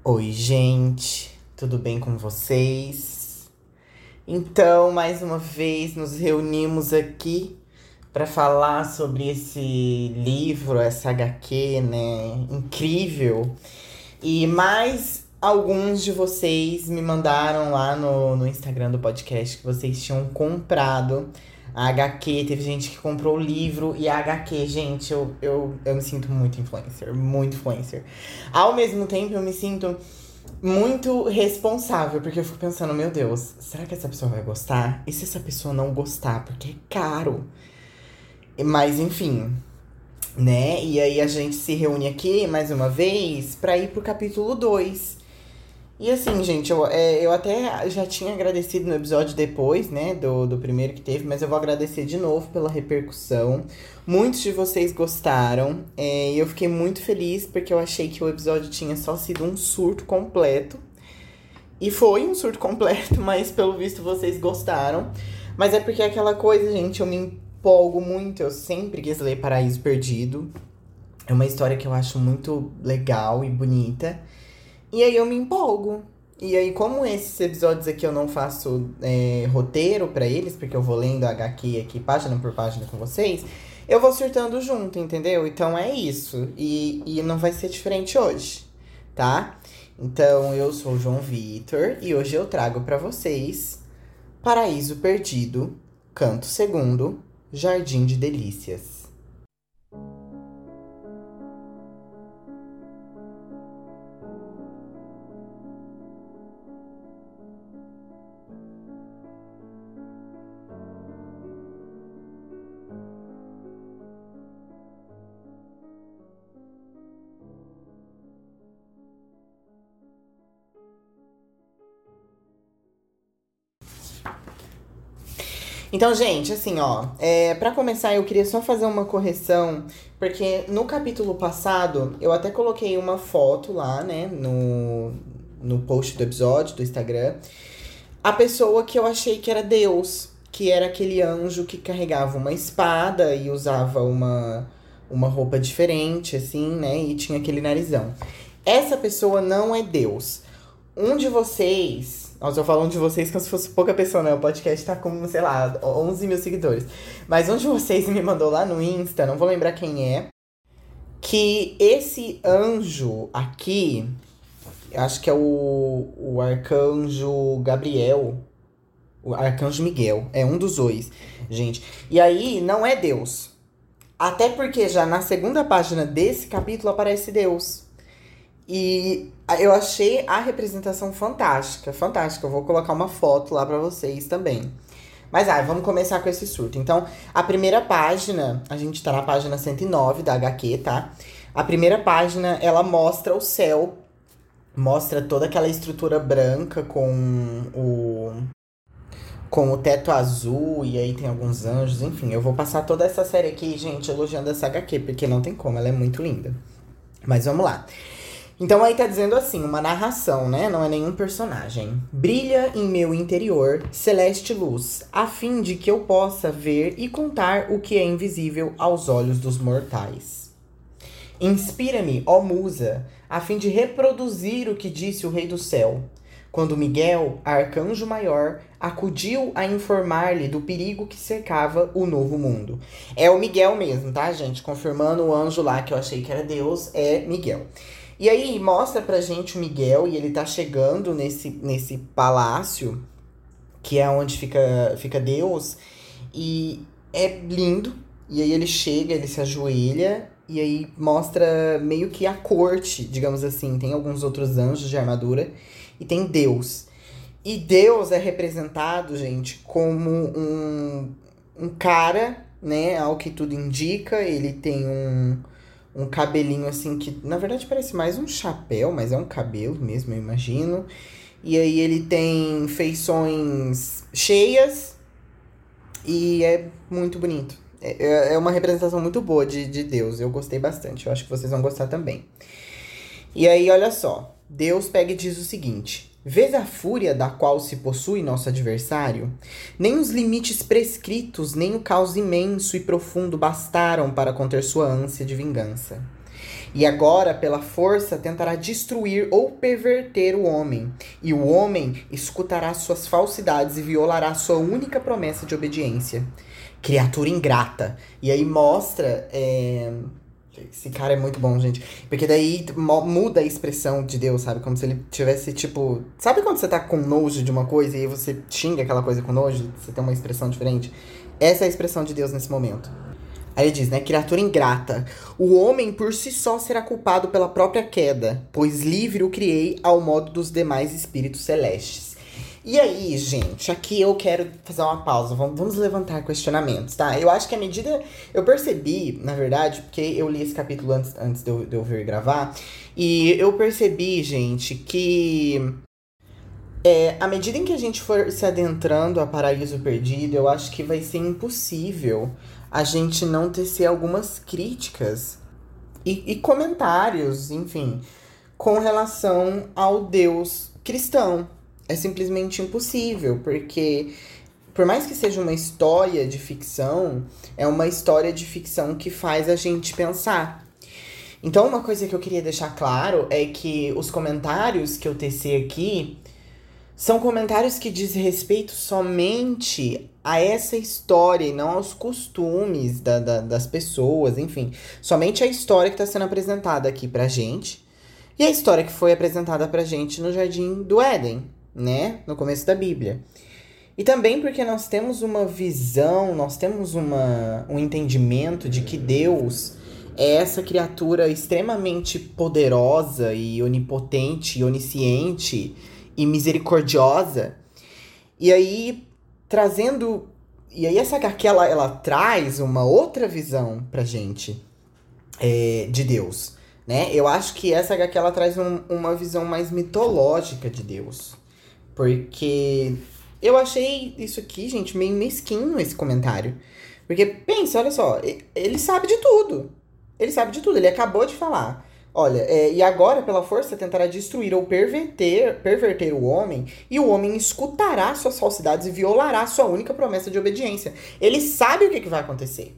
Oi, gente, tudo bem com vocês? Então, mais uma vez nos reunimos aqui para falar sobre esse livro, essa HQ, né? Incrível. E mais alguns de vocês me mandaram lá no Instagram do podcast que vocês tinham comprado a HQ. Teve gente que comprou o livro e a HQ. Gente, eu me sinto muito influencer, muito influencer. Ao mesmo tempo, eu me sinto muito responsável, porque eu fico pensando, meu Deus, será que essa pessoa vai gostar? E se essa pessoa não gostar? Porque é caro. Mas enfim, né? E aí a gente se reúne aqui mais uma vez pra ir pro capítulo 2. E assim, gente, eu até já tinha agradecido no episódio depois, né, do primeiro que teve, mas eu vou agradecer de novo pela repercussão. Muitos de vocês gostaram, e eu fiquei muito feliz porque eu achei que o episódio tinha só sido um surto completo. E foi um surto completo, mas pelo visto vocês gostaram. Mas é porque é aquela coisa, gente, eu me empolgo muito, eu sempre quis ler Paraíso Perdido. É uma história que eu acho muito legal e bonita. E aí eu me empolgo. E aí, como esses episódios aqui eu não faço roteiro pra eles, porque eu vou lendo a HQ aqui página por página com vocês, eu vou surtando junto, entendeu? Então é isso. E não vai ser diferente hoje, tá? Então eu sou o João Vitor e hoje eu trago pra vocês Paraíso Perdido, Canto Segundo, Jardim de Delícias. Então, gente, assim, ó, para começar, eu queria só fazer uma correção, porque no capítulo passado eu até coloquei uma foto lá, né, no post do episódio do Instagram, a pessoa que eu achei que era Deus, que era aquele anjo que carregava uma espada e usava uma roupa diferente, assim, né, e tinha aquele narizão. Essa pessoa não é Deus. Um de vocês. Nossa, eu falo um de vocês como se fosse pouca pessoa, né? O podcast tá com, sei lá, 11 mil seguidores. Mas um de vocês me mandou lá no Insta, não vou lembrar quem é, que esse anjo aqui, acho que é o arcanjo Gabriel, o arcanjo Miguel, é um dos dois, gente. E aí, não é Deus. Até porque já na segunda página desse capítulo aparece Deus. E eu achei a representação fantástica, fantástica. Eu vou colocar uma foto lá pra vocês também. Mas vamos começar com esse surto. Então, a primeira página, a gente tá na página 109 da HQ, tá? A primeira página, ela mostra o céu, mostra toda aquela estrutura branca com o teto azul, e aí tem alguns anjos, enfim. Eu vou passar toda essa série aqui, gente, elogiando essa HQ, porque não tem como, ela é muito linda. Mas vamos lá. Então aí tá dizendo assim, uma narração, né? Não é nenhum personagem. Brilha em meu interior celeste luz, a fim de que eu possa ver e contar o que é invisível aos olhos dos mortais. Inspira-me, ó musa, a fim de reproduzir o que disse o rei do céu, quando Miguel, arcanjo maior, acudiu a informar-lhe do perigo que cercava o novo mundo. É o Miguel mesmo, tá, gente? Confirmando o anjo lá que eu achei que era Deus, é Miguel. E aí mostra pra gente o Miguel e ele tá chegando nesse palácio, que é onde fica Deus, e é lindo. E aí ele chega, ele se ajoelha, e aí mostra meio que a corte, digamos assim. Tem alguns outros anjos de armadura, e tem Deus. E Deus é representado, gente, como um cara, né, ao que tudo indica. Ele tem um cabelinho assim que, na verdade, parece mais um chapéu, mas é um cabelo mesmo, eu imagino. E aí ele tem feições cheias e é muito bonito. É uma representação muito boa de Deus. Eu gostei bastante. Eu acho que vocês vão gostar também. E aí, olha só. Deus pega e diz o seguinte: vês a fúria da qual se possui nosso adversário? Nem os limites prescritos, nem o caos imenso e profundo bastaram para conter sua ânsia de vingança. E agora, pela força, tentará destruir ou perverter o homem. E o homem escutará suas falsidades e violará sua única promessa de obediência. Criatura ingrata. E aí mostra... Esse cara é muito bom, gente. Porque daí muda a expressão de Deus, sabe? Como se ele tivesse, tipo... Sabe quando você tá com nojo de uma coisa e aí você xinga aquela coisa com nojo? Você tem uma expressão diferente? Essa é a expressão de Deus nesse momento. Aí ele diz, né? Criatura ingrata. O homem por si só será culpado pela própria queda, pois livre o criei ao modo dos demais espíritos celestes. E aí, gente, aqui eu quero fazer uma pausa. Vamos levantar questionamentos, tá? Eu acho que à medida... Eu percebi, na verdade, porque eu li esse capítulo antes de eu vir gravar. E eu percebi, gente, que... à medida em que a gente for se adentrando a Paraíso Perdido, eu acho que vai ser impossível a gente não tecer algumas críticas e comentários, enfim, com relação ao Deus cristão. É simplesmente impossível, porque por mais que seja uma história de ficção, é uma história de ficção que faz a gente pensar. Então, uma coisa que eu queria deixar claro é que os comentários que eu teci aqui são comentários que dizem respeito somente a essa história e não aos costumes das pessoas, enfim. Somente a história que está sendo apresentada aqui pra gente e a história que foi apresentada pra gente no Jardim do Éden, né? No começo da Bíblia. E também porque nós temos uma visão, nós temos um entendimento de que Deus é essa criatura extremamente poderosa e onipotente e onisciente e misericordiosa. E aí, essa HQ, ela traz uma outra visão pra gente de Deus, né? Eu acho que essa HQ, ela traz uma visão mais mitológica de Deus. Porque eu achei isso aqui, gente, meio mesquinho esse comentário. Porque, pensa, olha só, ele sabe de tudo. Ele sabe de tudo, ele acabou de falar. Olha, e agora, pela força, tentará destruir ou perverter o homem, e o homem escutará suas falsidades e violará sua única promessa de obediência. Ele sabe o que vai acontecer.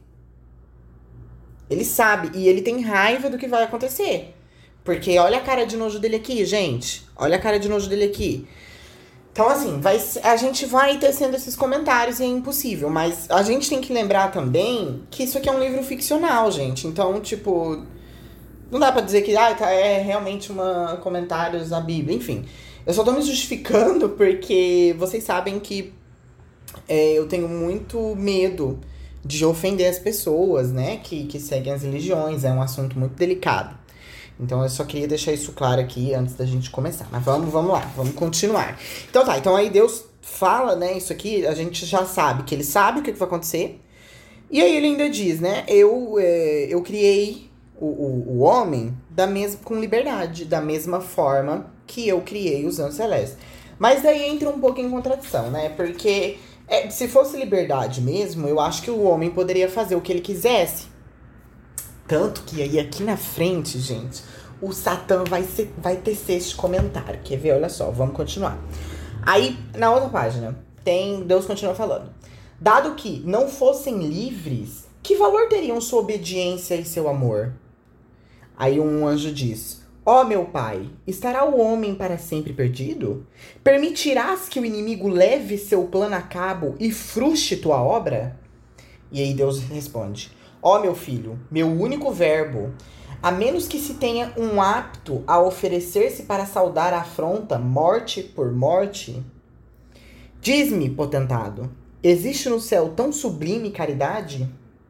Ele sabe, e ele tem raiva do que vai acontecer. Porque olha a cara de nojo dele aqui, gente. Olha a cara de nojo dele aqui. Então, assim, a gente vai tecendo esses comentários e é impossível. Mas a gente tem que lembrar também que isso aqui é um livro ficcional, gente. Então, tipo... Não dá pra dizer que é realmente comentários da Bíblia, enfim. Eu só tô me justificando porque vocês sabem que eu tenho muito medo de ofender as pessoas, né? Que seguem as religiões, é um assunto muito delicado. Então eu só queria deixar isso claro aqui antes da gente começar. Mas vamos lá, vamos continuar. Então tá, então aí Deus fala, né, isso aqui, a gente já sabe que ele sabe o que vai acontecer. E aí ele ainda diz, né, eu criei o homem com liberdade, da mesma forma que eu criei os anjos celestes. Mas daí entra um pouco em contradição, né? Porque se fosse liberdade mesmo, eu acho que o homem poderia fazer o que ele quisesse. Tanto que aí aqui na frente, gente, o Satã vai tecer este comentário. Quer ver? Olha só, vamos continuar. Aí, na outra página, Deus continua falando. Dado que não fossem livres, que valor teriam sua obediência e seu amor? Aí um anjo diz, ó meu pai, estará o homem para sempre perdido? Permitirás que o inimigo leve seu plano a cabo e frustre tua obra? E aí Deus responde, ó meu filho, meu único verbo, a menos que se tenha um apto a oferecer-se para saldar a afronta, morte por morte? Diz-me, potentado, existe no céu tão sublime caridade?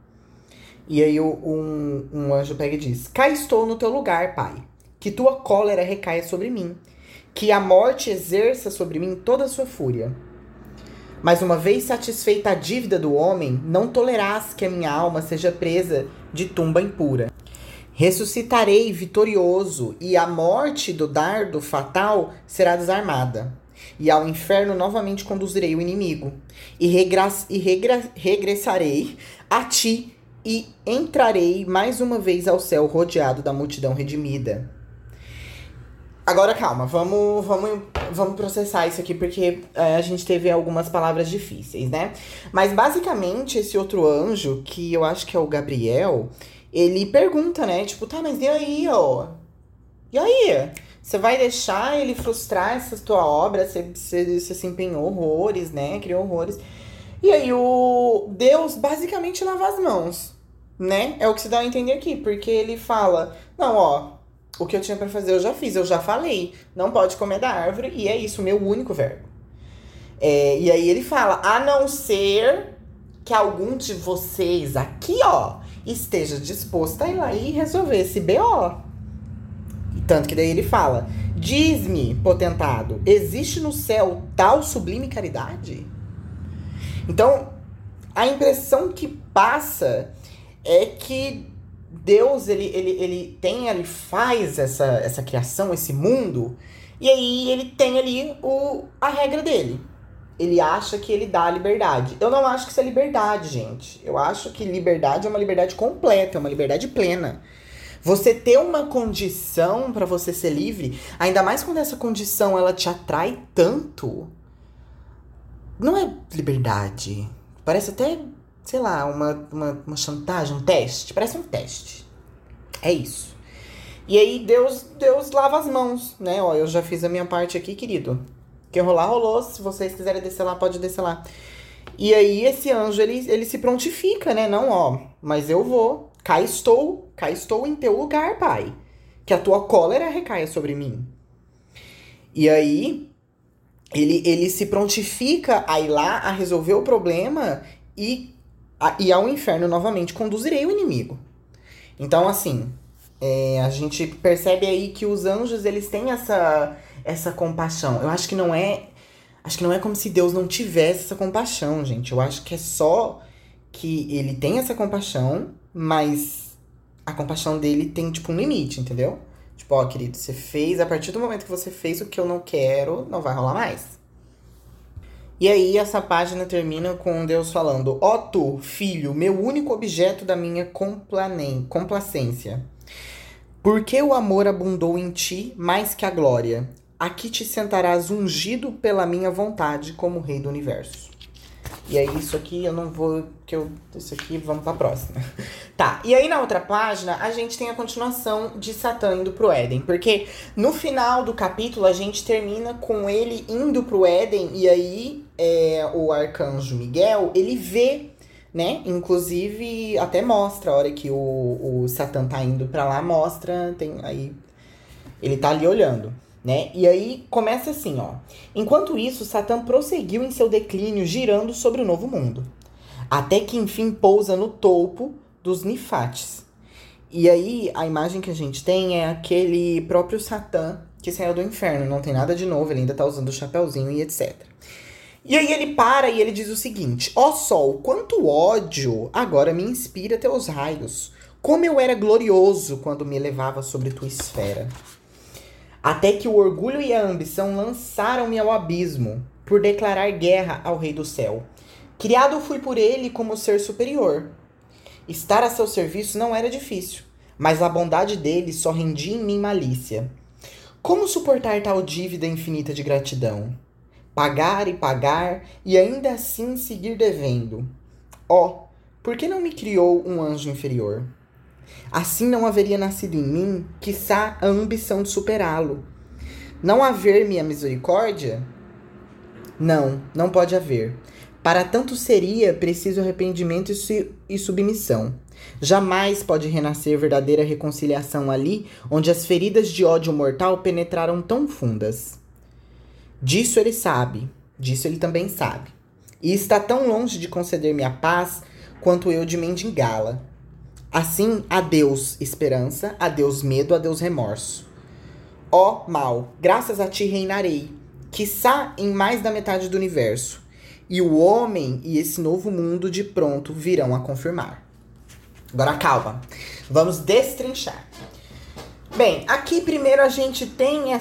E aí um anjo pega e diz, cá estou no teu lugar, pai, que tua cólera recaia sobre mim, que a morte exerça sobre mim toda a sua fúria. Mas uma vez satisfeita a dívida do homem, não tolerás que a minha alma seja presa de tumba impura. Ressuscitarei vitorioso, e a morte do dardo fatal será desarmada. E ao inferno novamente conduzirei o inimigo, e regressarei a ti, e entrarei mais uma vez ao céu rodeado da multidão redimida. Agora calma, vamos processar isso aqui, porque a gente teve algumas palavras difíceis, né? Mas basicamente esse outro anjo, que eu acho que é o Gabriel, ele pergunta, né? Tipo, tá, mas e aí, ó? E aí? Você vai deixar ele frustrar essa tua obra? Você se empenhou horrores, né? Criou horrores. E aí o Deus basicamente lava as mãos, né? É o que se dá a entender aqui, porque ele fala, não, ó, o que eu tinha pra fazer eu já fiz, eu já falei, não pode comer da árvore, e é isso, o meu único verbo. E aí ele fala, a não ser que algum de vocês aqui, ó, esteja disposto a ir lá e resolver esse BO. Tanto que daí ele fala, diz-me, potentado, existe no céu tal sublime caridade? Então, a impressão que passa é que Deus, ele faz essa criação, esse mundo, e aí ele tem ali a regra dele. Ele acha que ele dá a liberdade. Eu não acho que isso é liberdade, gente. Eu acho que liberdade é uma liberdade completa, é uma liberdade plena. Você ter uma condição pra você ser livre, ainda mais quando essa condição ela te atrai tanto, não é liberdade. Parece até, sei lá, uma chantagem, um teste. Parece um teste. É isso. E aí Deus lava as mãos, né? Ó, eu já fiz a minha parte aqui, querido. Quer rolar, rolou. Se vocês quiserem descer lá, pode descer lá. E aí esse anjo, ele se prontifica, né? Não, ó, mas eu vou. Cá estou em teu lugar, pai. Que a tua cólera recaia sobre mim. E aí ele se prontifica a ir lá, a resolver o problema e ao inferno novamente. Conduzirei o inimigo. Então, assim, a gente percebe aí que os anjos, eles têm essa compaixão. Eu acho que não é como se Deus não tivesse essa compaixão, gente. Eu acho que é só que ele tem essa compaixão, mas a compaixão dele tem, tipo, um limite, entendeu? Tipo, ó, querido, você fez, a partir do momento que você fez o que eu não quero, não vai rolar mais. E aí, essa página termina com Deus falando, ó tu, filho, meu único objeto da minha complacência. Porque o amor abundou em ti mais que a glória. Aqui te sentarás ungido pela minha vontade como rei do universo. E aí, isso aqui eu não vou... Isso aqui, vamos pra próxima. Tá, e aí na outra página, a gente tem a continuação de Satã indo pro Éden. Porque no final do capítulo, a gente termina com ele indo pro Éden. E aí, o arcanjo Miguel, ele vê, né? Inclusive, até mostra a hora que o Satã tá indo pra lá, mostra... Aí ele tá ali olhando. Né? E aí começa assim, ó. Enquanto isso, Satã prosseguiu em seu declínio, girando sobre o novo mundo. Até que enfim pousa no topo dos Nifates. E aí a imagem que a gente tem é aquele próprio Satã que saiu do inferno. Não tem nada de novo, ele ainda tá usando o chapéuzinho e etc. E aí ele para e ele diz o seguinte: ó sol, quanto ódio agora me inspira teus raios. Como eu era glorioso quando me elevava sobre tua esfera. Até que o orgulho e a ambição lançaram-me ao abismo, por declarar guerra ao Rei do Céu. Criado fui por ele como ser superior. Estar a seu serviço não era difícil, mas a bondade dele só rendia em mim malícia. Como suportar tal dívida infinita de gratidão? Pagar e ainda assim seguir devendo. Ó, por que não me criou um anjo inferior? Assim não haveria nascido em mim, quiçá, a ambição de superá-lo. Não haver-me a misericórdia? Não pode haver. Para tanto seria preciso arrependimento e submissão. Jamais pode renascer verdadeira reconciliação ali, onde as feridas de ódio mortal penetraram tão fundas. Disso ele sabe, disso ele também sabe. E está tão longe de conceder-me a paz, quanto eu de mendigá-la. Assim, adeus esperança, adeus medo, adeus remorso. Ó mal, graças a ti reinarei, quiçá em mais da metade do universo. E o homem e esse novo mundo de pronto virão a confirmar. Agora calma, vamos destrinchar. Bem, aqui primeiro a gente tem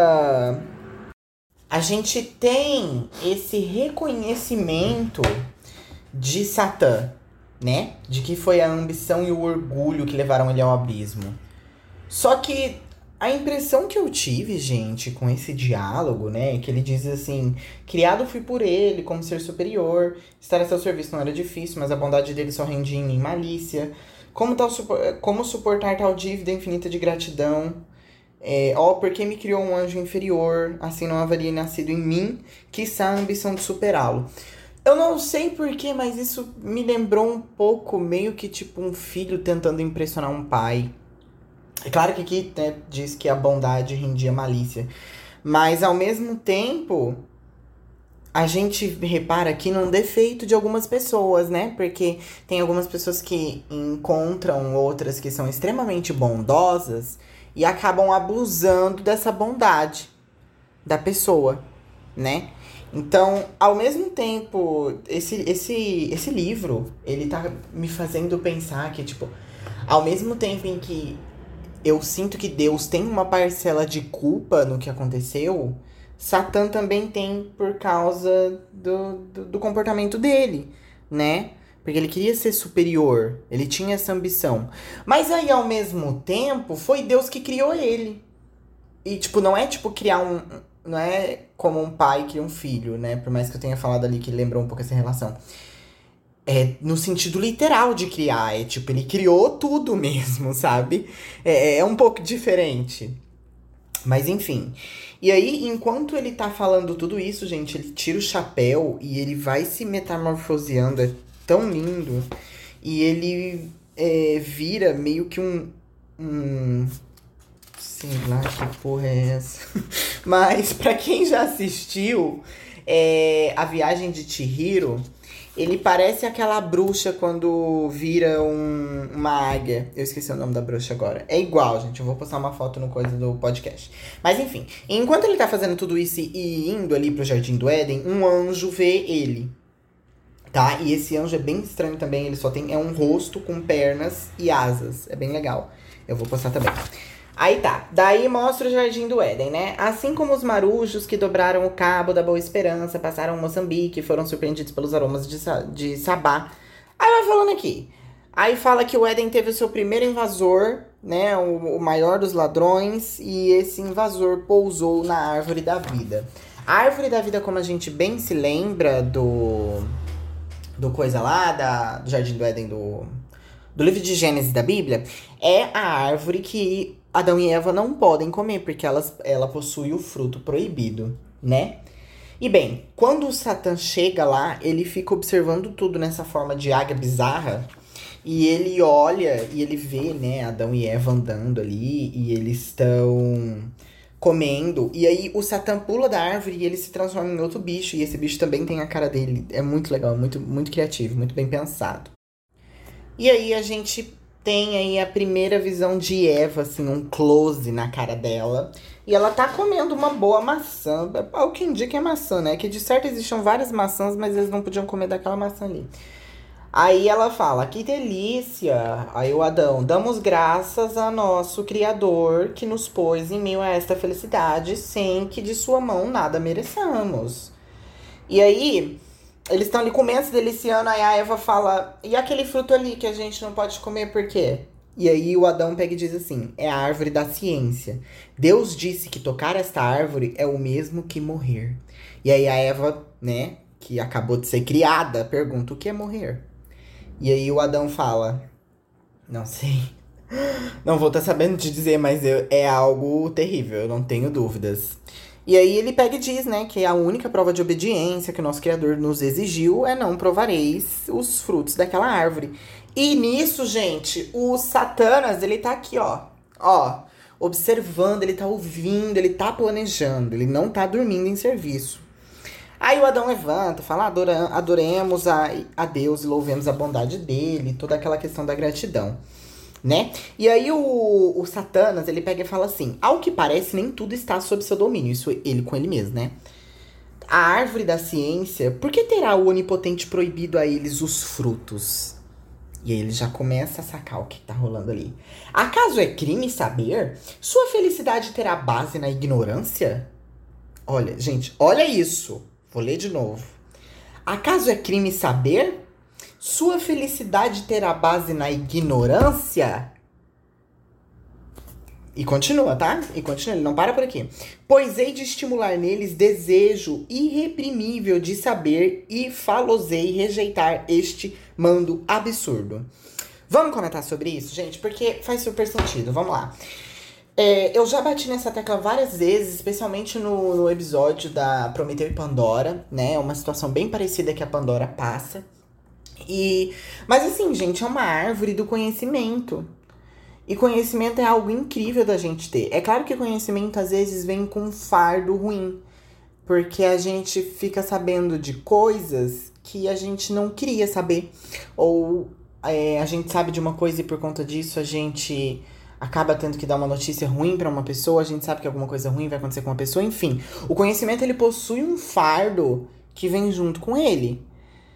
esse reconhecimento de Satã, né? De que foi a ambição e o orgulho que levaram ele ao abismo. Só que a impressão que eu tive, gente, com esse diálogo, né? Que ele diz assim, criado fui por ele como ser superior, estar a seu serviço não era difícil, mas a bondade dele só rendia em mim malícia. Como suportar tal dívida infinita de gratidão? Por que me criou um anjo inferior? Assim não haveria nascido em mim, quiçá a ambição de superá-lo. Eu não sei porquê, mas isso me lembrou um pouco, meio que tipo um filho tentando impressionar um pai. É claro que aqui, né, diz que a bondade rendia malícia. Mas ao mesmo tempo, a gente repara aqui num defeito de algumas pessoas, né? Porque tem algumas pessoas que encontram outras que são extremamente bondosas e acabam abusando dessa bondade da pessoa, né? Então, ao mesmo tempo, esse livro, ele tá me fazendo pensar que, tipo, ao mesmo tempo em que eu sinto que Deus tem uma parcela de culpa no que aconteceu, Satã também tem por causa do comportamento dele, né? Porque ele queria ser superior, ele tinha essa ambição. Mas aí, ao mesmo tempo, foi Deus que criou ele. E, tipo, não é tipo criar um. Não é como um pai cria um filho, né? Por mais que eu tenha falado ali que lembrou um pouco essa relação. É no sentido literal de criar. É tipo, ele criou tudo mesmo, sabe? É um pouco diferente. Mas enfim. E aí, enquanto ele tá falando tudo isso, gente, ele tira o chapéu e ele vai se metamorfoseando. É tão lindo. E ele vira meio que um. Sei lá que porra é essa. Mas pra quem já assistiu A Viagem de Chihiro, ele parece aquela bruxa quando vira uma águia. Eu esqueci o nome da bruxa agora. É igual, gente. Eu vou postar uma foto no coisa do podcast. Mas enfim, enquanto ele tá fazendo tudo isso e indo ali pro Jardim do Éden, um anjo vê ele. Tá? E esse anjo é bem estranho também. Ele só tem um rosto com pernas e asas. É bem legal. Eu vou postar também. Aí tá, daí mostra o Jardim do Éden, né? Assim como os marujos que dobraram o cabo da Boa Esperança, passaram Moçambique e foram surpreendidos pelos aromas de Sabá. Aí vai falando aqui. Aí fala que o Éden teve o seu primeiro invasor, né? O maior dos ladrões. E esse invasor pousou na Árvore da Vida. A Árvore da Vida, como a gente bem se lembra do coisa lá, do Jardim do Éden, do livro de Gênesis da Bíblia, é a árvore que Adão e Eva não podem comer, porque ela possui o fruto proibido, né? E bem, quando o Satã chega lá, ele fica observando tudo nessa forma de águia bizarra. E ele olha e ele vê, né, Adão e Eva andando ali. E eles estão comendo. E aí o Satã pula da árvore e ele se transforma em outro bicho. E esse bicho também tem a cara dele. É muito legal, muito, muito criativo, muito bem pensado. E aí a gente tem aí a primeira visão de Eva, assim, um close na cara dela. E ela tá comendo uma boa maçã. O que indica é maçã, né? Que de certo existiam várias maçãs, mas eles não podiam comer daquela maçã ali. Aí ela fala, que delícia! Aí o Adão, damos graças a nosso Criador que nos pôs em meio a esta felicidade, sem que de sua mão nada mereçamos. E aí, eles estão ali comendo, se deliciando, aí a Eva fala, e aquele fruto ali que a gente não pode comer, por quê? E aí o Adão pega e diz assim, é a árvore da ciência. Deus disse que tocar esta árvore é o mesmo que morrer. E aí a Eva, né, que acabou de ser criada, pergunta, o que é morrer? E aí o Adão fala, não sei, não vou estar sabendo te dizer, mas é algo terrível, eu não tenho dúvidas. E aí ele pega e diz, né, que a única prova de obediência que o nosso Criador nos exigiu é não provareis os frutos daquela árvore. E nisso, gente, o Satanas, ele tá aqui, ó, observando, ele tá ouvindo, ele tá planejando, ele não tá dormindo em serviço. Aí o Adão levanta, fala, adoremos a Deus e louvemos a bondade dele, toda aquela questão da gratidão, né? E aí o Satanas, ele pega e fala assim, ao que parece, nem tudo está sob seu domínio. Isso ele com ele mesmo, né? A árvore da ciência, por que terá o onipotente proibido a eles os frutos? E aí ele já começa a sacar o que tá rolando ali. Acaso é crime saber? Sua felicidade terá base na ignorância? Olha, gente, olha isso. Vou ler de novo. Acaso é crime saber? Sua felicidade terá base na ignorância? E continua, tá? E continua, ele não para por aqui. Pois hei de estimular neles desejo irreprimível de saber e falosei rejeitar este mando absurdo. Vamos comentar sobre isso, gente? Porque faz super sentido. Vamos lá. Eu já bati nessa tecla várias vezes, especialmente no episódio da Prometeu e Pandora, né? É uma situação bem parecida que a Pandora passa. Mas assim, gente, é uma árvore do conhecimento. E conhecimento é algo incrível da gente ter. É claro que conhecimento às vezes vem com um fardo ruim. Porque a gente fica sabendo de coisas que a gente não queria saber. Ou a gente sabe de uma coisa e por conta disso a gente acaba tendo que dar uma notícia ruim pra uma pessoa. A gente sabe que alguma coisa ruim vai acontecer com uma pessoa. Enfim, o conhecimento ele possui um fardo que vem junto com ele.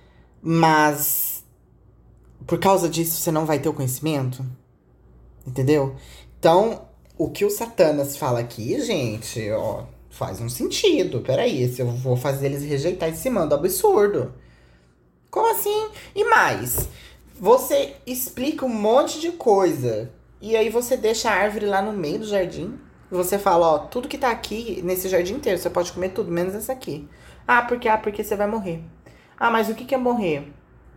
Mas por causa disso você não vai ter o conhecimento? Entendeu? Então, o que o Satanas fala aqui, gente, ó, faz um sentido. Peraí, se eu vou fazer eles rejeitar esse mando absurdo. Como assim? E mais, você explica um monte de coisa. E aí você deixa a árvore lá no meio do jardim. E você fala, ó, tudo que tá aqui, nesse jardim inteiro, você pode comer tudo, menos essa aqui. Porque você vai morrer. Mas o que é morrer?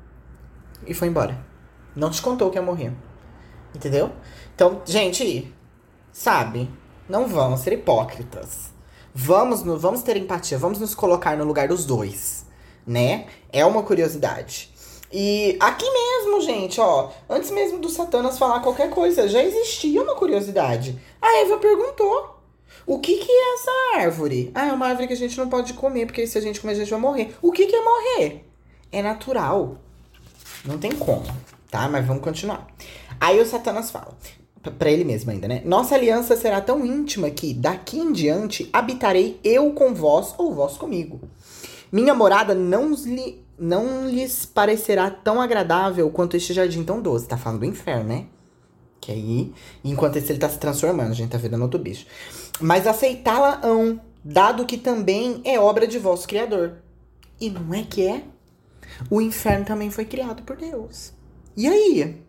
E foi embora. Não te contou o que é morrer. Entendeu? Então, gente, sabe? Não vamos ser hipócritas. Vamos ter empatia, vamos nos colocar no lugar dos dois, né? É uma curiosidade. E aqui mesmo, gente, ó, antes mesmo do Satanas falar qualquer coisa, já existia uma curiosidade. A Eva perguntou: o que é essa árvore? É uma árvore que a gente não pode comer, porque se a gente comer a gente vai morrer. O que é morrer? É natural. Não tem como, tá? Mas vamos continuar. Aí o Satanas fala, pra ele mesmo ainda, né? Nossa aliança será tão íntima que, daqui em diante, habitarei eu com vós ou vós comigo. Minha morada não lhes parecerá tão agradável quanto este jardim tão doce. Tá falando do inferno, né? Que aí, enquanto esse ele tá se transformando, a gente tá virando outro bicho. Mas aceitá-la-ão, dado que também é obra de vosso Criador. E não é que é? O inferno também foi criado por Deus. E aí?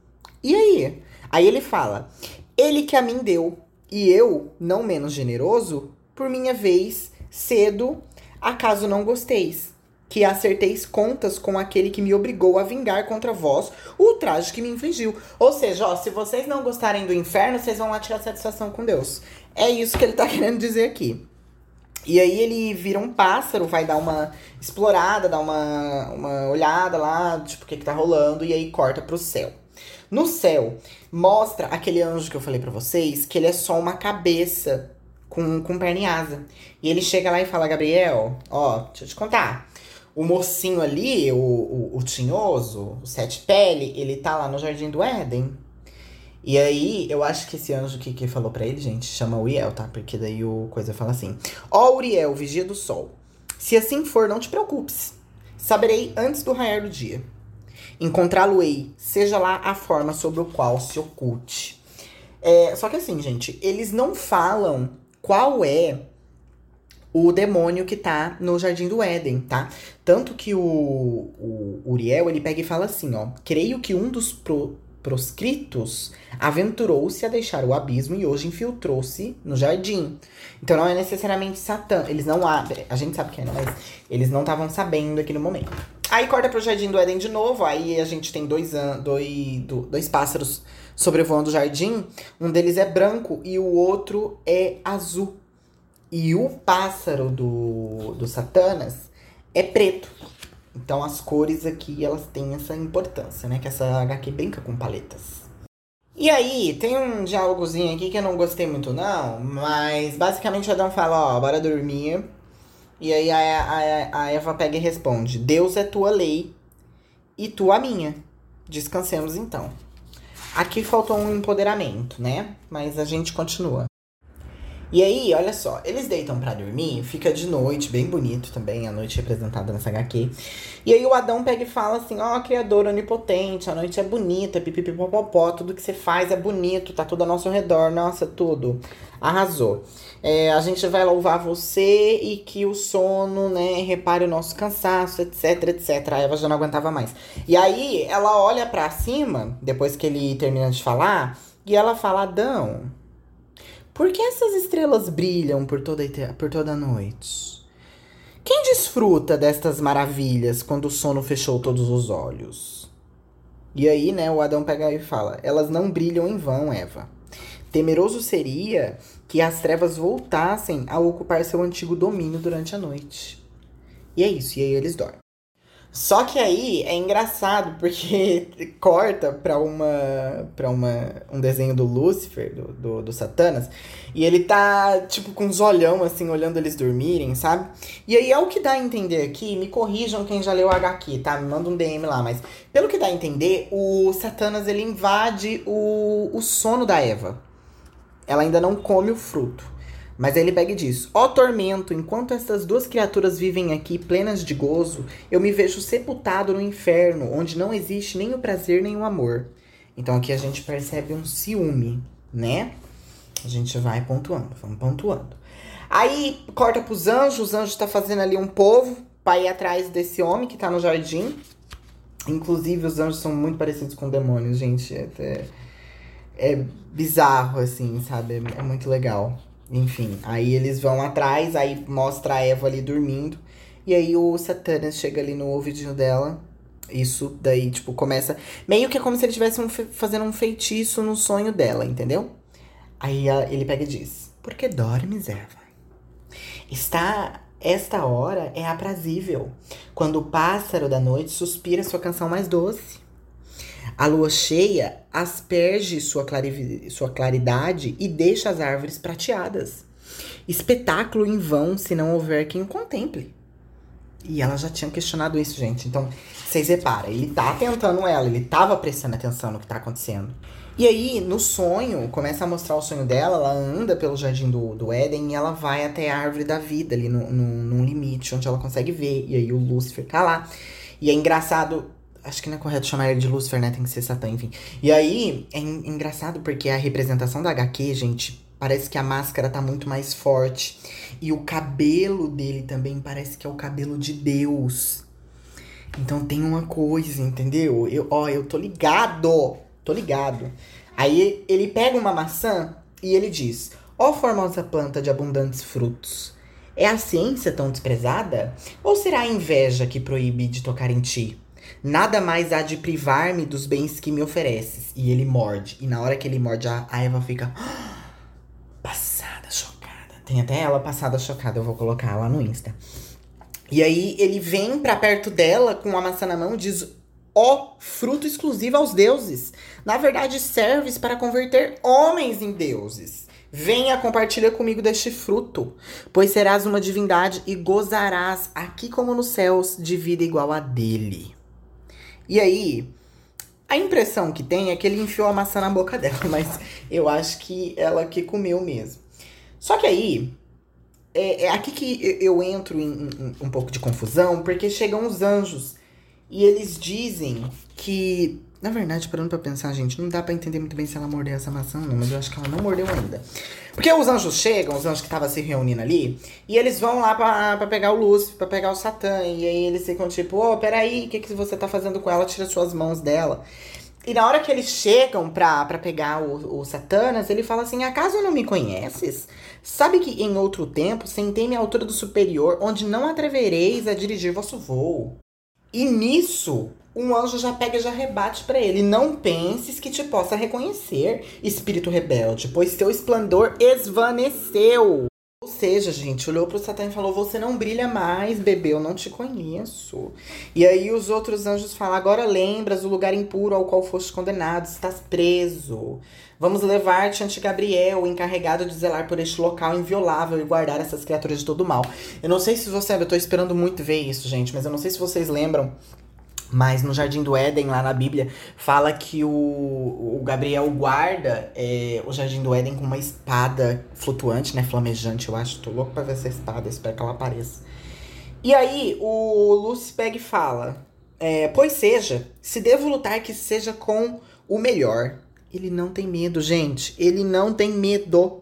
Aí ele fala, ele que a mim deu, e eu, não menos generoso, por minha vez, cedo, acaso não gosteis, que acerteis contas com aquele que me obrigou a vingar contra vós o ultraje que me infligiu. Ou seja, ó, se vocês não gostarem do inferno, vocês vão lá tirar satisfação com Deus. É isso que ele tá querendo dizer aqui. E aí ele vira um pássaro, vai dar uma explorada, dar uma olhada lá, tipo, o que tá rolando, e aí corta pro céu. No céu, mostra aquele anjo que eu falei pra vocês, que ele é só uma cabeça com perna e asa. E ele chega lá e fala, Gabriel, ó, deixa eu te contar. O mocinho ali, o tinhoso, o sete pele, ele tá lá no Jardim do Éden. E aí, eu acho que esse anjo que falou pra ele, gente, chama Uriel, tá? Porque daí o coisa fala assim. Ó Uriel, vigia do sol. Se assim for, não te preocupes. Saberei antes do raiar do dia. Encontrá-lo-ei, seja lá a forma sobre o qual se oculte. Só que assim, gente, eles não falam qual é o demônio que tá no Jardim do Éden, tá? Tanto que o Uriel, ele pega e fala assim, ó. Creio que um dos proscritos aventurou-se a deixar o abismo e hoje infiltrou-se no jardim. Então não é necessariamente Satã. Eles não abrem. A gente sabe que é, né? Mas eles não estavam sabendo aqui no momento. Aí corta pro Jardim do Éden de novo. Aí a gente tem dois pássaros sobrevoando o jardim. Um deles é branco e o outro é azul. E o pássaro do Satanas é preto. Então as cores aqui, elas têm essa importância, né? Que essa HQ brinca com paletas. E aí, tem um diálogozinho aqui que eu não gostei muito não, mas basicamente o Adão fala, ó, bora dormir. E aí a Eva pega e responde, Deus é tua lei e tu a minha. Descansemos então. Aqui faltou um empoderamento, né? Mas a gente continua. E aí, olha só, eles deitam pra dormir, fica de noite, bem bonito também, a noite representada nessa HQ. E aí o Adão pega e fala assim, ó, criador onipotente, a noite é bonita, pipipipopopó, tudo que você faz é bonito, tá tudo ao nosso redor, nossa, tudo. Arrasou. A gente vai louvar você e que o sono, né, repare o nosso cansaço, etc, etc. A Eva já não aguentava mais. E aí, ela olha pra cima, depois que ele termina de falar, e ela fala, Adão, por que essas estrelas brilham por toda a noite? Quem desfruta destas maravilhas quando o sono fechou todos os olhos? E aí, né, o Adão pega e fala: elas não brilham em vão, Eva. Temeroso seria que as trevas voltassem a ocupar seu antigo domínio durante a noite. E é isso, e aí eles dormem. Só que aí é engraçado, porque corta um desenho do Lúcifer, do Satanas, e ele tá, tipo, com uns olhão, assim, olhando eles dormirem, sabe? E aí é o que dá a entender aqui, me corrijam quem já leu o HQ, tá? Me manda um DM lá, mas pelo que dá a entender, o Satanas, ele invade o sono da Eva. Ela ainda não come o fruto. Mas aí ele pega e diz: ó tormento, enquanto estas duas criaturas vivem aqui plenas de gozo, eu me vejo sepultado no inferno, onde não existe nem o prazer nem o amor. Então aqui a gente percebe um ciúme, né? A gente vai pontuando, vamos pontuando. Aí corta pros anjos, os anjos tá fazendo ali um povo pra ir atrás desse homem que tá no jardim. Inclusive os anjos são muito parecidos com demônios, gente. É bizarro, assim, sabe? É muito legal. Enfim, aí eles vão atrás, aí mostra a Eva ali dormindo. E aí o Satanas chega ali no ouvidinho dela. Isso daí, tipo, começa... Meio que é como se ele estivesse fazendo um feitiço no sonho dela, entendeu? Aí ele pega e diz: por que dormes, Eva? Esta hora é aprazível, quando o pássaro da noite suspira sua canção mais doce. A lua cheia asperge sua claridade e deixa as árvores prateadas. Espetáculo em vão se não houver quem o contemple. E ela já tinha questionado isso, gente. Então, vocês reparam, ele tá tentando ela, ele tava prestando atenção no que tá acontecendo. E aí, no sonho, começa a mostrar o sonho dela, ela anda pelo jardim do Éden e ela vai até a árvore da vida, ali num limite, onde ela consegue ver. E aí o Lúcifer tá lá. E é engraçado... Acho que não é correto chamar ele de Lúcifer, né? Tem que ser Satã, enfim. E aí, é engraçado porque a representação da HQ, gente, parece que a máscara tá muito mais forte. E o cabelo dele também parece que é o cabelo de Deus. Então tem uma coisa, entendeu? Eu tô ligado. Tô ligado. Aí ele pega uma maçã e ele diz: ó formosa planta de abundantes frutos. É a ciência tão desprezada? Ou será a inveja que proíbe de tocar em ti? Nada mais há de privar-me dos bens que me ofereces. E ele morde. E na hora que ele morde, a Eva fica passada, chocada. Tem até ela passada, chocada. Eu vou colocar lá no Insta. E aí ele vem pra perto dela com a maçã na mão e diz: ó, fruto exclusivo aos deuses. Na verdade, serves para converter homens em deuses. Venha, compartilha comigo deste fruto, pois serás uma divindade e gozarás, aqui como nos céus, de vida igual a dele. E aí, a impressão que tem é que ele enfiou a maçã na boca dela, mas eu acho que ela que comeu mesmo. Só que aí, é aqui que eu entro em um pouco de confusão, porque chegam os anjos e eles dizem que... Na verdade, parando pra pensar, gente, não dá pra entender muito bem se ela mordeu essa maçã, não. Mas eu acho que ela não mordeu ainda. Porque os anjos chegam, os anjos que estavam se reunindo ali, e eles vão lá pra pegar o Lúcifer, pra pegar o Satã. E aí eles ficam tipo: ô, peraí, o que você tá fazendo com ela? Tira suas mãos dela. E na hora que eles chegam pra pegar o Satanas, ele fala assim: acaso não me conheces? Sabe que em outro tempo sentei-me à altura do superior, onde não atrevereis a dirigir vosso voo. E nisso, um anjo já pega e já rebate pra ele: não penses que te possa reconhecer, espírito rebelde, pois teu esplendor esvaneceu. Ou seja, gente, olhou pro Satã e falou: você não brilha mais, bebê, eu não te conheço. E aí os outros anjos falam: agora lembras o lugar impuro ao qual foste condenado, estás preso. Vamos levar-te ante Gabriel, o encarregado de zelar por este local inviolável e guardar essas criaturas de todo o mal. Eu não sei se você... Eu tô esperando muito ver isso, gente, mas eu não sei se vocês lembram, mas no Jardim do Éden, lá na Bíblia, fala que o Gabriel guarda o Jardim do Éden com uma espada flutuante, né? Flamejante, eu acho. Tô louco pra ver essa espada, espero que ela apareça. E aí, o Lúcio pega e fala: pois seja, se devo lutar, que seja com o melhor. Ele não tem medo, gente. Ele não tem medo.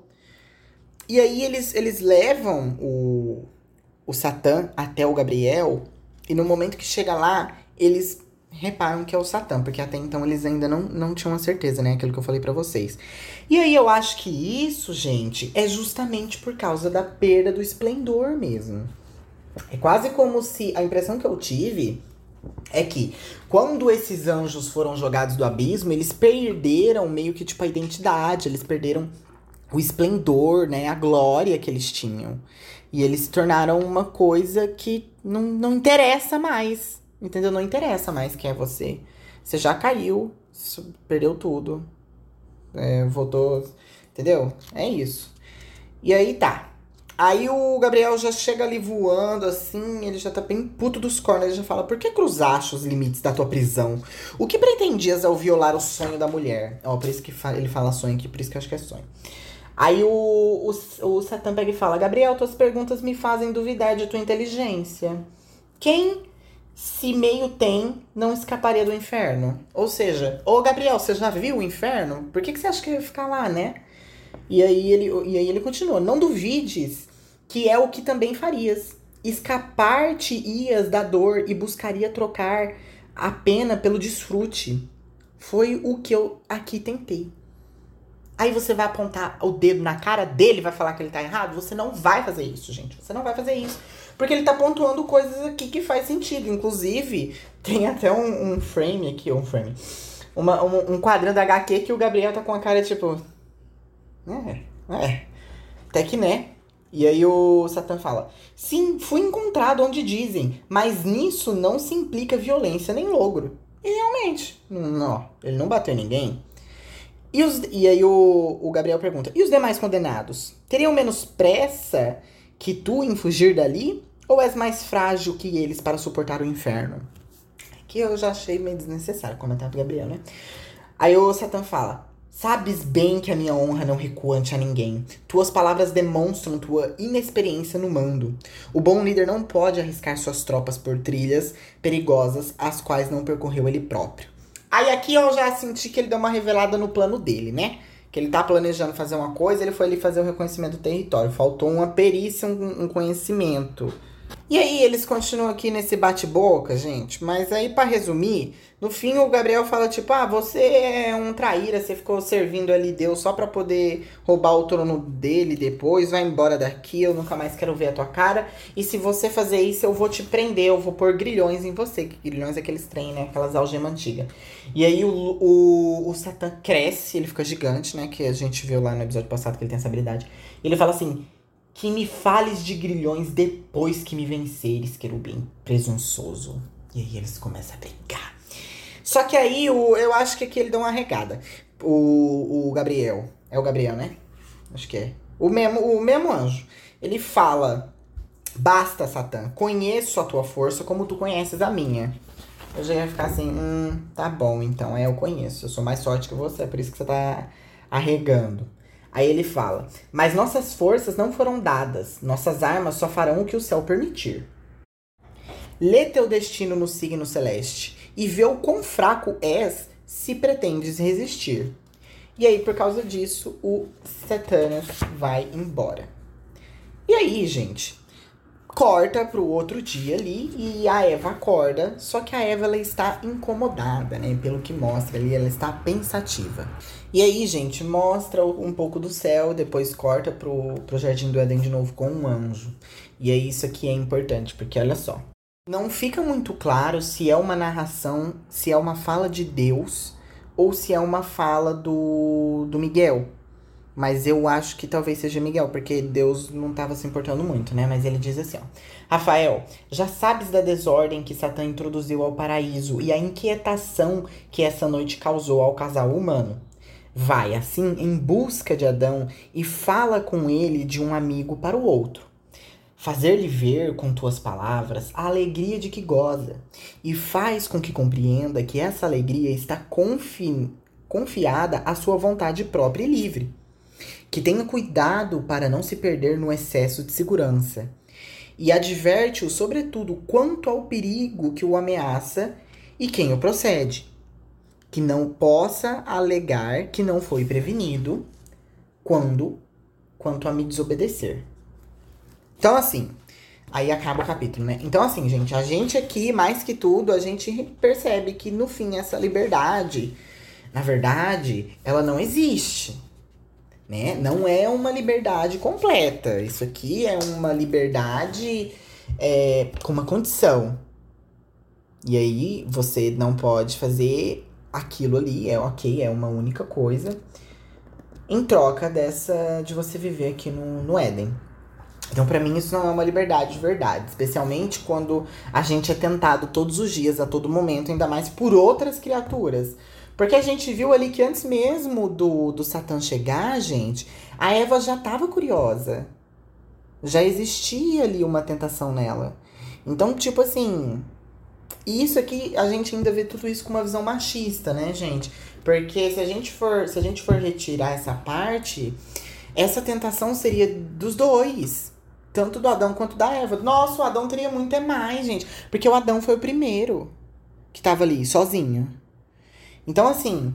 E aí, eles levam o Satã até o Gabriel. E no momento que chega lá, eles reparam que é o Satã, porque até então eles ainda não tinham a certeza, né? Aquilo que eu falei pra vocês. E aí eu acho que isso, gente, é justamente por causa da perda do esplendor mesmo. É quase como se... A impressão que eu tive é que quando esses anjos foram jogados do abismo, eles perderam meio que, tipo, a identidade. Eles perderam o esplendor, né? A glória que eles tinham. E eles se tornaram uma coisa que não interessa mais. Entendeu? Não interessa mais quem é você. Você já caiu, perdeu tudo. Voltou. Entendeu? É isso. E aí tá. Aí o Gabriel já chega ali voando, assim, ele já tá bem puto dos cornos, ele já fala, por que cruzaste os limites da tua prisão? O que pretendias ao violar o sonho da mulher? Ó, por isso que ele fala sonho aqui, por isso que eu acho que é sonho. Aí o Satã pega e fala, Gabriel, tuas perguntas me fazem duvidar de tua inteligência. Quem se meio tem, não escaparia do inferno? Ou seja, ô Gabriel, você já viu o inferno? Por que você acha que ia ficar lá, né? E aí ele continua, não duvides que é o que também farias. Escapar-te-ias da dor e buscaria trocar a pena pelo desfrute. Foi o que eu aqui tentei. Aí você vai apontar o dedo na cara dele e vai falar que ele tá errado? Você não vai fazer isso, gente. Você não vai fazer isso. Porque ele tá pontuando coisas aqui que faz sentido. Inclusive, tem até um frame aqui, um quadrinho da HQ que o Gabriel tá com a cara tipo... Até que né. E aí o Satã fala, sim, fui encontrado onde dizem, mas nisso não se implica violência nem logro. E realmente, não, ele não bateu em ninguém. E aí o Gabriel pergunta, e os demais condenados? Teriam menos pressa que tu em fugir dali? Ou és mais frágil que eles para suportar o inferno? Que eu já achei meio desnecessário o comentário do Gabriel, né? Aí o Satã fala, sabes bem que a minha honra não recua ante a ninguém. Tuas palavras demonstram tua inexperiência no mando. O bom líder não pode arriscar suas tropas por trilhas perigosas, as quais não percorreu ele próprio. Aí aqui eu já senti que ele deu uma revelada no plano dele, né? Que ele tá planejando fazer uma coisa, ele foi ali fazer o reconhecimento do território. Faltou uma perícia, um conhecimento. E aí eles continuam aqui nesse bate-boca, gente. Mas aí, pra resumir, no fim o Gabriel fala tipo, você é um traíra, você ficou servindo ali Deus só pra poder roubar o trono dele depois, vai embora daqui, eu nunca mais quero ver a tua cara. E se você fazer isso, eu vou te prender, eu vou pôr grilhões em você. Que grilhões é aqueles trem, né? Aquelas algemas antigas. E aí o Satã cresce, ele fica gigante, né? Que a gente viu lá no episódio passado que ele tem essa habilidade. E ele fala assim... Que me fales de grilhões depois que me venceres, querubim presunçoso. E aí eles começam a brigar. Só que aí eu acho que aqui ele deu uma regada. O Gabriel. É o Gabriel, né? Acho que é. O mesmo anjo. Ele fala: basta, Satã. Conheço a tua força como tu conheces a minha. Eu já ia ficar assim, tá bom, então. Eu conheço. Eu sou mais forte que você, é por isso que você tá arregando. Aí ele fala, mas nossas forças não foram dadas, nossas armas só farão o que o céu permitir. Lê teu destino no signo celeste e vê o quão fraco és se pretendes resistir. E aí, por causa disso, o Satã vai embora. E aí, gente, corta pro outro dia ali e a Eva acorda, só que a Eva ela está incomodada, né? Pelo que mostra ali, ela está pensativa. E aí, gente, mostra um pouco do céu, depois corta pro Jardim do Éden de novo com um anjo. E aí isso aqui é importante, porque olha só. Não fica muito claro se é uma narração, se é uma fala de Deus, ou se é uma fala do Miguel. Mas eu acho que talvez seja Miguel, porque Deus não estava se importando muito, né? Mas ele diz assim, ó. Rafael, já sabes da desordem que Satã introduziu ao paraíso e a inquietação que essa noite causou ao casal humano. Vai, assim, em busca de Adão e fala com ele de um amigo para o outro. Fazer-lhe ver com tuas palavras a alegria de que goza e faz com que compreenda que essa alegria está confiada à sua vontade própria e livre. Que tenha cuidado para não se perder no excesso de segurança. E adverte-o, sobretudo, quanto ao perigo que o ameaça e quem o procede. Que não possa alegar que não foi prevenido quanto a me desobedecer. Então, assim, aí acaba o capítulo, né? Então, assim, gente, a gente aqui, mais que tudo, a gente percebe que, no fim, essa liberdade, na verdade, ela não existe. Né? Não é uma liberdade completa. Isso aqui é uma liberdade com uma condição. E aí você não pode fazer aquilo ali, é ok, é uma única coisa, em troca de você viver aqui no Éden. Então, pra mim, isso não é uma liberdade de verdade. Especialmente quando a gente é tentado todos os dias, a todo momento, ainda mais por outras criaturas. Porque a gente viu ali que antes mesmo do Satã chegar, gente, a Eva já estava curiosa. Já existia ali uma tentação nela. Então, tipo assim, isso aqui, a gente ainda vê tudo isso com uma visão machista, né, gente? Porque se a gente for retirar essa parte, essa tentação seria dos dois. Tanto do Adão quanto da Eva. Nossa, o Adão teria muito é mais, gente. Porque o Adão foi o primeiro que tava ali, sozinho. Então, assim,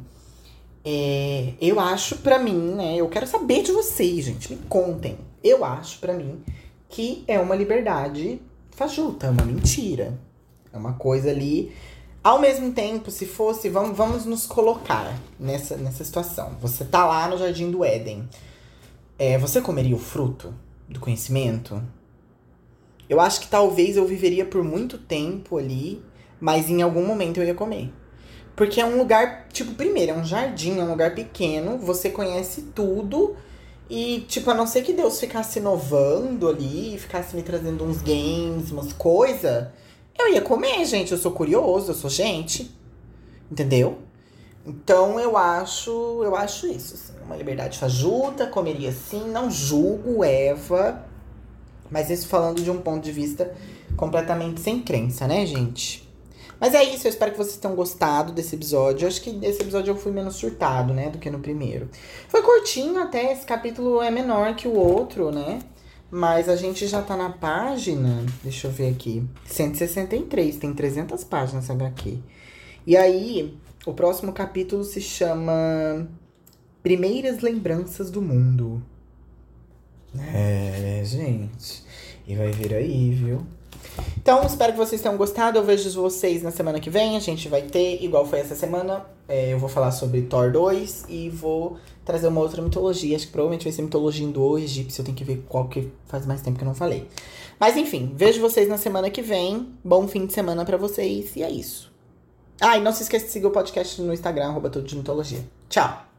eu acho pra mim, né? Eu quero saber de vocês, gente. Me contem. Eu acho pra mim que é uma liberdade fajuta, é uma mentira. É uma coisa ali. Ao mesmo tempo, se fosse, vamos nos colocar nessa situação. Você tá lá no Jardim do Éden. Você comeria o fruto do conhecimento? Eu acho que talvez eu viveria por muito tempo ali, mas em algum momento eu ia comer. Porque é um lugar, tipo, primeiro, é um jardim, é um lugar pequeno, você conhece tudo. E, tipo, a não ser que Deus ficasse inovando ali, ficasse me trazendo uns games, umas coisas, eu ia comer, gente. Eu sou curioso, eu sou gente. Entendeu? Então eu acho isso, assim, uma liberdade fajuta, comeria sim, não julgo Eva, mas isso falando de um ponto de vista completamente sem crença, né, gente? Mas é isso, eu espero que vocês tenham gostado desse episódio. Eu acho que nesse episódio eu fui menos surtado, né, do que no primeiro. Foi curtinho até, esse capítulo é menor que o outro, né? Mas a gente já tá na página, deixa eu ver aqui, 163, tem 300 páginas essa HQ. E aí, o próximo capítulo se chama Primeiras Lembranças do Mundo. Gente. E vai vir aí, viu? Então, espero que vocês tenham gostado. Eu vejo vocês na semana que vem. A gente vai ter, igual foi essa semana, eu vou falar sobre Thor 2 e vou trazer uma outra mitologia. Acho que provavelmente vai ser mitologia indo-egípcia. Eu tenho que ver qual que faz mais tempo que eu não falei. Mas enfim, vejo vocês na semana que vem. Bom fim de semana pra vocês. E é isso. E não se esqueça de seguir o podcast no Instagram, @tudo de mitologia. Tchau!